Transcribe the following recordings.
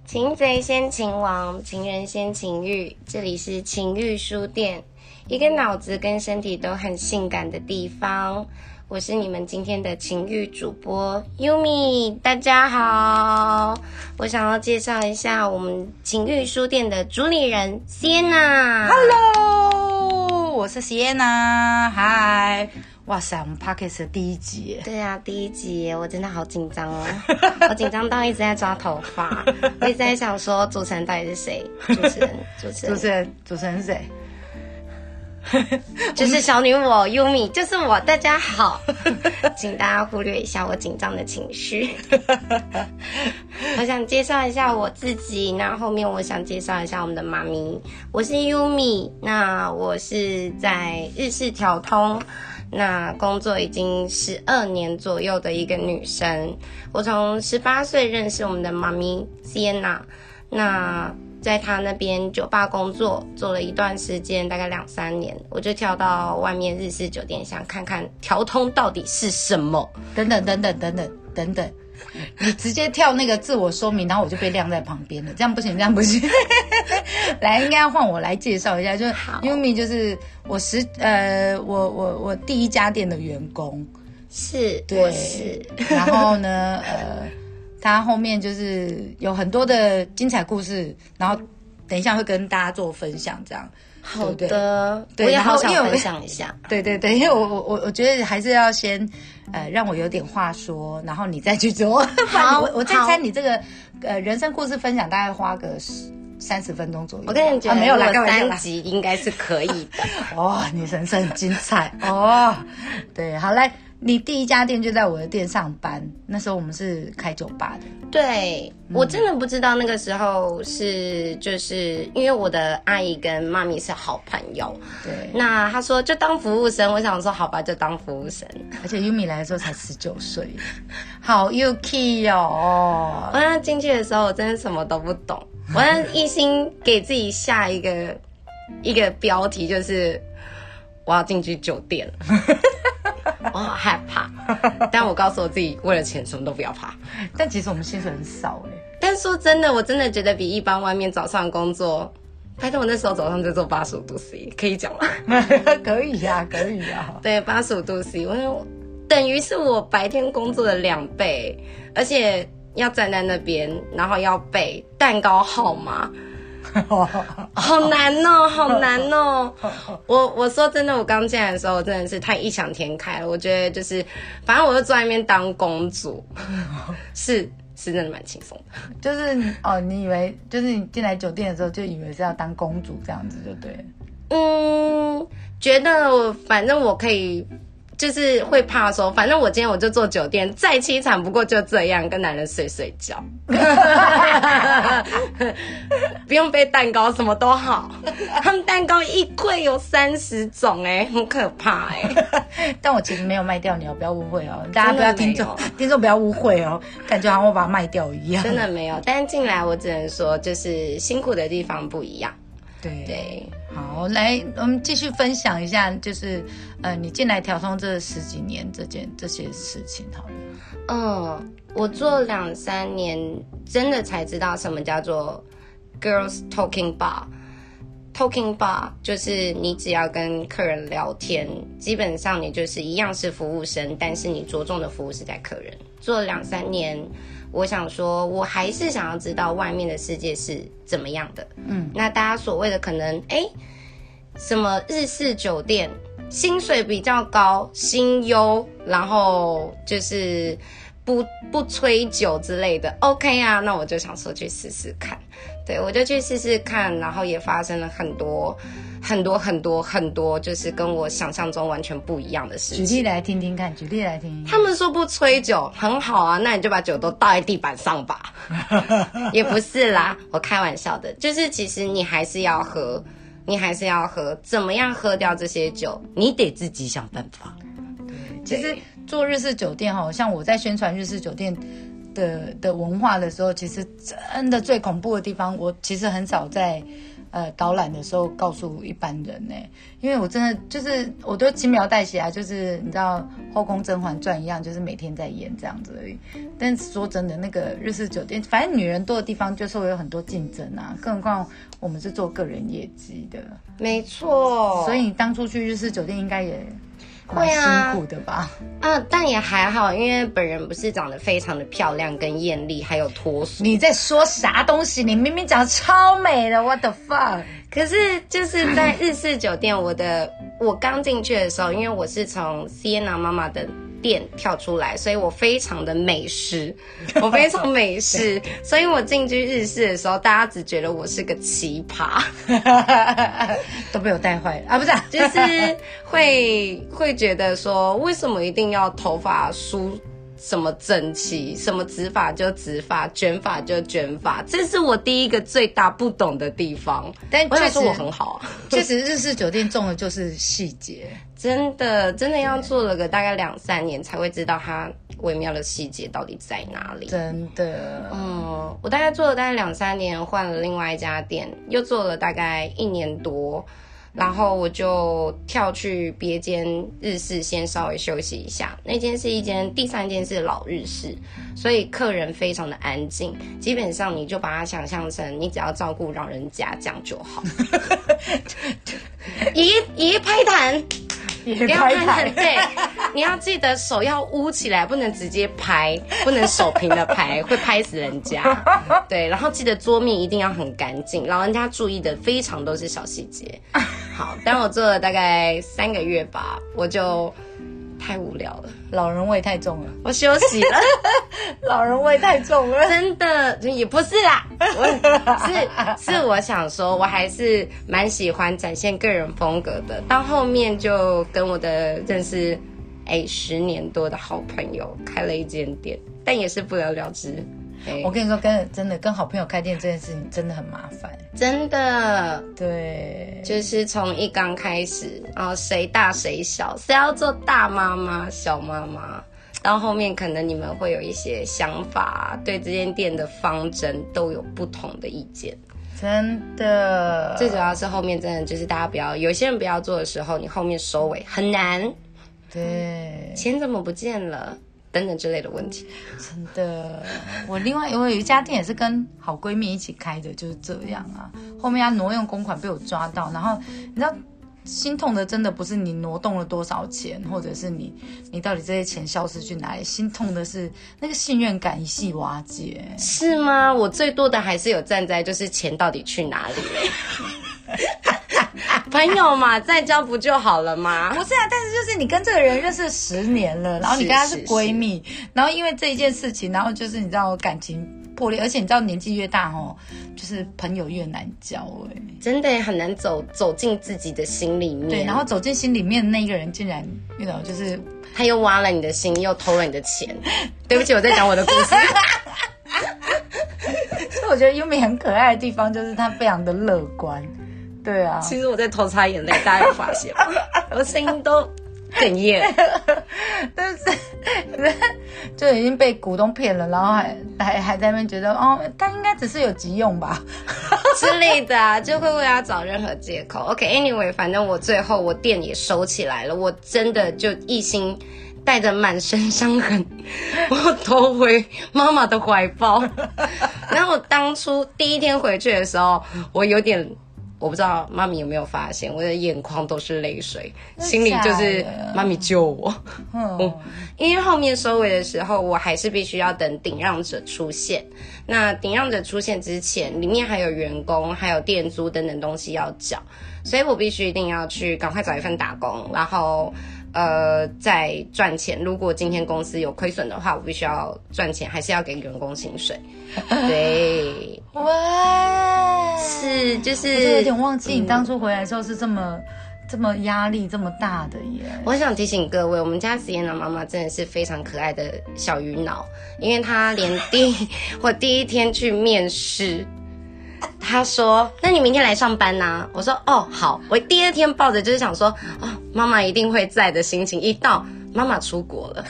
擒贼先擒王，情人先情欲。这里是情欲书店，一个脑子跟身体都很性感的地方。我是你们今天的情欲主播 Yumi， 大家好。我想要介绍一下我们情欲书店的主理人 Sienna。Hello， 我是 Sienna。嗨，哇塞，我们 Podcast 的第一集耶。 对啊，第一集耶，我真的好紧张哦，我紧张到一直在抓头发，我一直在想说主持人到底是谁？主持人是谁？ 就是小女我 Yumi， 就是我。大家好，请大家忽略一下我紧张的情绪。我想介绍一下我自己，那后面我想介绍一下我们的妈咪。我是 Yumi， 那我是在日式调通，那工作已经12年左右的一个女生。我从18岁认识我们的妈咪 Sienna， 那在他那边酒吧工作，做了一段时间，大概2-3年，我就跳到外面日式酒店，想看看调通到底是什么。 等等，你直接跳那个自我说明，然后我就被晾在旁边了，这样不行。来，应该要换我来介绍一下，就是 Yumi， 就是我第一家店的员工， 是， 对， 我是。 然后呢，他后面就是有很多的精彩故事，然后等一下会跟大家做分享，这样。 好的， 对， 我也好想分享一下。 对，因为我觉得还是要先让我有点话说，然后你再去做。好，我再猜你这个人生故事分享大概花个30分钟左右。 我跟你讲， 没有啦 ，3集应该是可以的。 哦，你人生很精彩哦。对，好来。你第一家店就在我的店上班，那时候我们是开酒吧的。 对，我真的不知道那个时候就是因为我的阿姨跟妈咪是好朋友， 对， 那她说就当服务生，我想说好吧，就当服务生。 而且 Yumi 来的时候才19岁，好 Yuki 哦。 我那进去的时候，我真的什么都不懂，我那一心给自己下一个标题，就是我要进去酒店了。我好害怕，但我告诉我自己，为了钱什么都不要怕。 但其实我们薪水很少耶。 但说真的，我真的觉得比一般外面早上工作，拜托我那时候早上就做85度 C， 可以讲吗？ 可以啊。 对，85度 C， 我等于是我白天工作的2倍，而且要站在那边，然后要背蛋糕号码。好难哦！我说真的，我刚进来的时候真的是太异想天开了。我觉得就是，反正我就坐在那边当公主，是真的蛮轻松的。 就是你以为就是你进来酒店的时候就以为是要当公主这样子就对了。 觉得反正我可以。就是会怕说，反正我今天我就做酒店，再凄惨不过就这样，跟男人睡觉，不用背蛋糕，什么都好。他们蛋糕一柜有30种，很可怕但我其实没有卖掉你哦，不要误会哦，大家不要听众不要误会哦，感觉好像我把它卖掉一样。 真的没有，但是进来我只能说，就是辛苦的地方不一样。对， 好，来，我们继续分享一下，就是你进来调通这10几年这些事情好了。 我做2-3年，真的才知道什么叫做 girls talking bar。talking bar 就是你只要跟客人聊天，基本上你就是一样是服务生，但是你着重的服务是在客人。做了2-3年。我想说，我还是想要知道外面的世界是怎么样的。那大家所谓的可能，什么日式酒店，薪水比较高，薪优，然后就是不吹酒之类的 ，OK 啊，那我就想说去试试看。对，我就去试试看，然后也发生了很多，就是跟我想象中完全不一样的事情。 举例来听听看。 他们说不吹酒很好啊，那你就把酒都倒在地板上吧。也不是啦，我开玩笑的，就是其实你还是要喝，怎么样喝掉这些酒，你得自己想办法。 其实做日式酒店像我在宣传日式酒店的文化的时候，其实真的最恐怖的地方，我其实很少在导览的时候告诉一般人呢，因为我真的就是我都轻描淡写啊，就是你知道《后宫甄嬛传》一样，就是每天在演这样子而已。但是说真的，那个日式酒店，反正女人多的地方就是会有很多竞争啊，更何况我们是做个人业绩的， 没错。 所以你当初去日式酒店应该也蛮辛苦的吧？ 但也还好，因为本人不是长得非常的漂亮跟艳丽，还有脱俗。 你在说啥东西？你明明长得超美的 ，what the fuck？ 可是就是在日式酒店，我刚进去的时候，因为我是从 Sienna 妈妈的店跳出来，所以我非常的美式，我非常美式，所以我进去日式的时候，大家只觉得我是个奇葩， 都被我带坏了啊！不是、 就是会觉得说，为什么一定要头发梳什么整齐，什么直发就直发，卷发就卷发，这是我第一个最大不懂的地方。 但我想说我很好啊， 确实日式酒店重的就是细节， 真的要做了个大概2-3年才会知道它微妙的细节到底在哪里。 真的， 我大概做了大概2-3年，换了另外一家店，又做了大概1年多。然后我就跳去别间日式先稍微休息一下，那间是第3间是老日式，所以客人非常的安静，基本上你就把它想象成你只要照顾老人家这样就好。爷爷拍弹， 也拍台， 对，你要记得手要捂起来，不能直接拍，不能手平的拍，会拍死人家。对，然后记得桌面一定要很干净，老人家注意的非常都是小细节。好，但我做了大概3个月吧，我就太无聊了， 老人味太重了， 我休息了。 老人味太重了， 真的也不是啦，是我想说，我还是蛮喜欢展现个人风格的。到后面就跟我的认识10年多的好朋友开了一间店，但也是不了了之。 我跟你说，真的跟好朋友开店这件事情真的很麻烦， 真的。 对， 就是从一刚开始，谁大谁小，谁要做大妈妈、小妈妈，到后面可能你们会有一些想法，对这间店的方针都有不同的意见。 真的， 最主要是后面真的就是大家不要，有些人不要做的时候，你后面收尾很难。 对， 钱怎么不见了？等等之类的问题。 真的，我有一家店也是跟好闺蜜一起开的，就是这样啊。后面要挪用公款被我抓到，然后你知道心痛的真的不是你挪动了多少钱，或者是你到底这些钱消失去哪里，心痛的是那个信任感一夕瓦解。是吗？我最多的还是有站在就是钱到底去哪里朋友嘛，再交不就好了吗？ 不是啊，但是就是你跟这个人认识10年了，然后你跟他是闺蜜，然后因为这一件事情，然后就是你知道感情破裂，而且你知道年纪越大就是朋友越难交真的很难走进自己的心里面。 对，然后走进心里面的那个人竟然就是他又挖了你的心，又偷了你的钱。对不起，我在讲我的故事。 所以我觉得优美很可爱的地方就是他非常的乐观。对啊， 其实我在偷擦眼泪，大家有发现吗？我声音都哽咽， 但是就已经被股东骗了，然后还在那边觉得他应该只是有急用吧之类的啊，就会为他找任何借口。OK，anyway，反正我最后我店也收起来了，我真的就一心带着满身伤痕，我投回妈妈的怀抱。然后我当初第一天回去的时候，我有点。我不知道妈咪有没有发现，我的眼眶都是泪水，心里就是妈咪救我。因为后面收尾的时候，我还是必须要等顶让者出现。那顶让者出现之前，里面还有员工、还有店租等等东西要缴，所以我必须一定要去赶快找一份打工，然后再赚钱。如果今天公司有亏损的话，我必须要赚钱，还是要给员工薪水。对， 哇， 是就是， 我就有点忘记你当初回来的时候是这么压力这么大的耶。 我想提醒各位，我们家Sienna妈妈真的是非常可爱的小鱼脑，因为她连我第一天去面试。他说：“那你明天来上班啊？”我说：“哦，好。”我第二天抱着就是想说，妈妈一定会在的心情，一到妈妈出国了。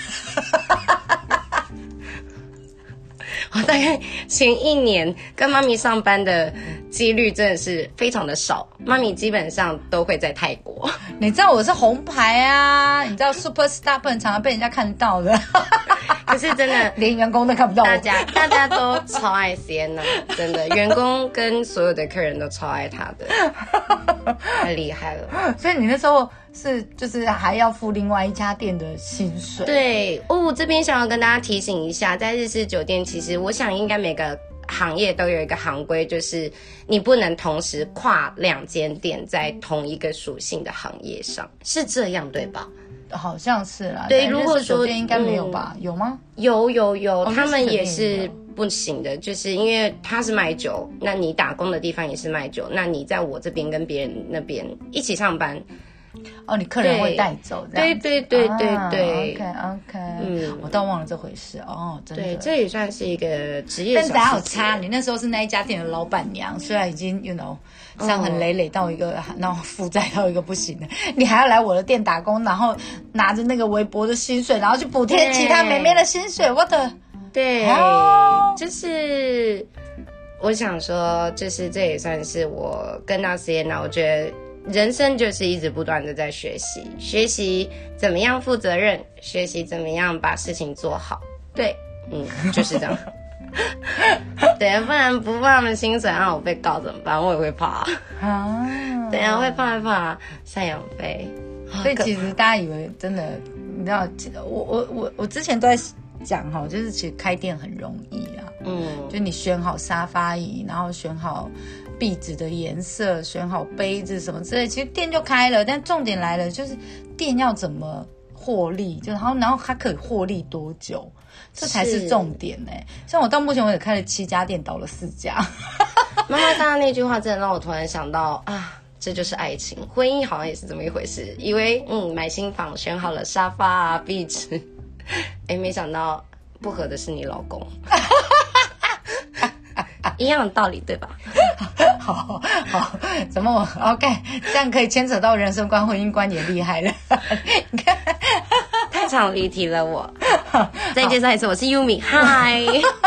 我大概前1年跟妈咪上班的几率真的是非常的少。妈咪基本上都会在泰国。 你知道我是红牌啊，你知道 super star 不能常常被人家看到的。 可是真的连员工都看不到我。 大家都超爱 Sienna， 真的，员工跟所有的客人都超爱她的，太厉害了。 所以你那时候是就是还要付另外一家店的薪水。 对哦，这边想要跟大家提醒一下，在日式酒店，其实我想应该每个行业都有一个行规，就是你不能同时跨2间店在同一个属性的行业上，是这样对吧？ 好像是啦。 对，如果说酒店应该没有吧？有吗？ 有，他们也是不行的，就是因为他是卖酒，那你打工的地方也是卖酒，那你在我这边跟别人那边一起上班。 哦，你客人会带走这样子。 对。 OK，我倒忘了这回事哦，真的。 对，这也算是一个职业小细节。 但是还有差，你那时候是那一家店的老板娘，虽然已经伤痕累累到一个，然后负债到一个不行的，你还要来我的店打工，然后拿着那个微薄的薪水，然后去补贴其他妹妹的薪水，我的。 对，就是我想说，就是这也算是我跟到 Sienna， 我觉得人生就是一直不断的在学习怎么样负责任，学习怎么样把事情做好。对，就是这样。对，不然不付他们薪水让我被告怎么办？我也会怕啊。对啊，会怕赡养费。 所以其实大家以为真的，你知道，我之前都在讲哈，就是其实开店很容易啦。就你选好沙发椅，然后选好壁纸的颜色，选好杯子什么之类，其实店就开了。但重点来了，就是店要怎么获利，就然后它可以获利多久，这才是重点呢。像我到目前为止开了7家店，倒了4家。 妈妈刚刚那句话真的让我突然想到啊，这就是爱情，婚姻好像也是这么一回事。以为买新房选好了沙发啊壁纸，没想到不合的是你老公。一样的道理对吧？ 好，怎么我 OK， 这样可以牵扯到人生观、婚姻观，也厉害了。你看， 太常离题了我。再介绍一次，我是 Yumi， 嗨。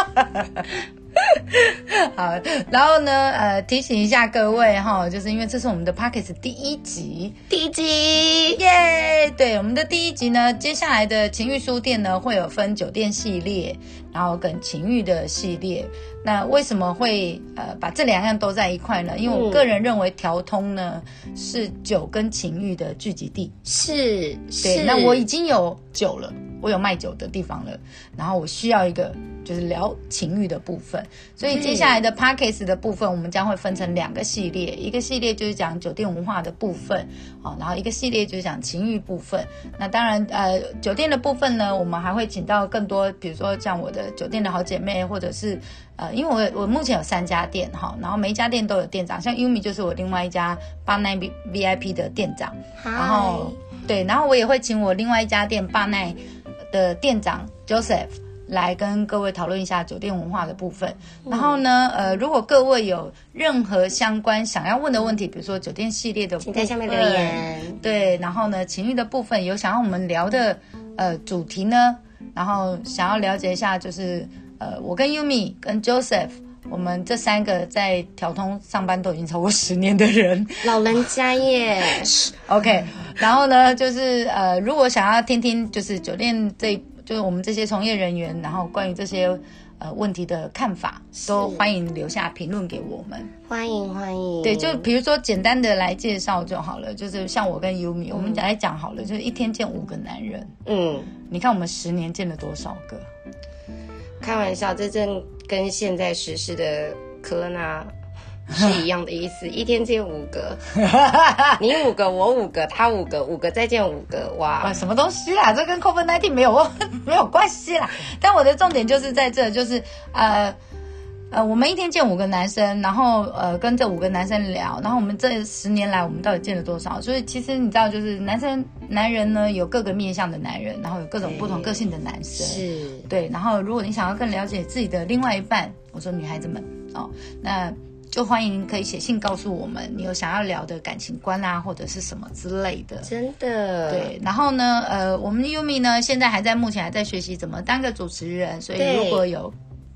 好，然后呢，提醒一下各位哈，就是因为这是我们的 Podcast 第一集，耶！对，我们的第一集呢，接下来的情欲书店呢会有分酒店系列，然后跟情欲的系列。那为什么会把这2样都在一块呢？因为我个人认为调通呢是酒跟情欲的聚集地， 是。 对，那我已经有酒了。我有卖酒的地方了，然后我需要一个就是聊情欲的部分，所以接下来的 Podcast 的部分我们将会分成2个系列，一个系列就是讲酒店文化的部分，然后一个系列就是讲情欲部分。那当然酒店的部分呢，我们还会请到更多，比如说像我的酒店的好姐妹，或者是因为我目前有3家店哈，然后每一家店都有店长，像 Yumi 就是我另外一家89 VIP 的店长，然后对，然后我也会请我另外一家店89的店长 Joseph 来跟各位讨论一下酒店文化的部分。然后呢，如果各位有任何相关想要问的问题，比如说酒店系列的部分， 请在下面留言。 对，然后呢，情欲的部分有想要我们聊的主题呢，然后想要了解一下，就是我跟 Yumi 跟 Joseph。我们这3个在调通上班都已经超过10年的人， 老人家耶。 OK， 然后呢，就是如果想要听听，就是酒店就是我们这些从业人员，然后关于这些问题的看法，都欢迎留下评论给我们。 欢迎。 对，就比如说简单的来介绍就好了，就是像我跟 Yumi，我们来讲好了，就是一天见5个男人。你看我们10年见了多少个？ 开玩笑，这正跟现在实施的科罗娜是一样的意思。一天见5个，你5个，我5个，他5个，5个再见5个，哇， 什么东西啦？这跟 COVID-19 没有关系啦。但我的重点就是在这，就是我们一天见5个男生，然后跟这5个男生聊，然后我们这10年来我们到底见了多少？所以其实你知道，就是男人呢有各个面向的男人，然后有各种不同个性的男生， 是对。然后如果你想要更了解自己的另外一半，我说女孩子们那就欢迎可以写信告诉我们，你有想要聊的感情观啊，或者是什么之类的。 真的。 对，然后呢，我们 Yumi 呢现在目前还在学习怎么当个主持人，所以如果有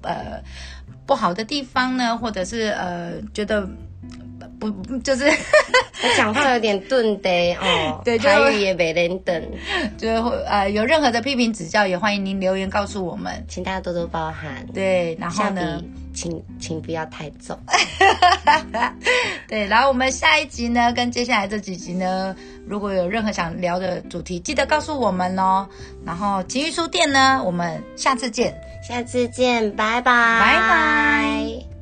不好的地方呢，或者是觉得不就是我讲话有点钝的哦， 对， 台语也没人等， 就有任何的批评指教，也欢迎您留言告诉我们， 请大家多多包涵。 对，然后呢， 请不要太重。 对，然后我们下一集呢，跟接下来这几集呢，如果有任何想聊的主题，记得告诉我们哦。然后奇遇书店呢，我们下次见， 下次见，拜拜， 拜拜。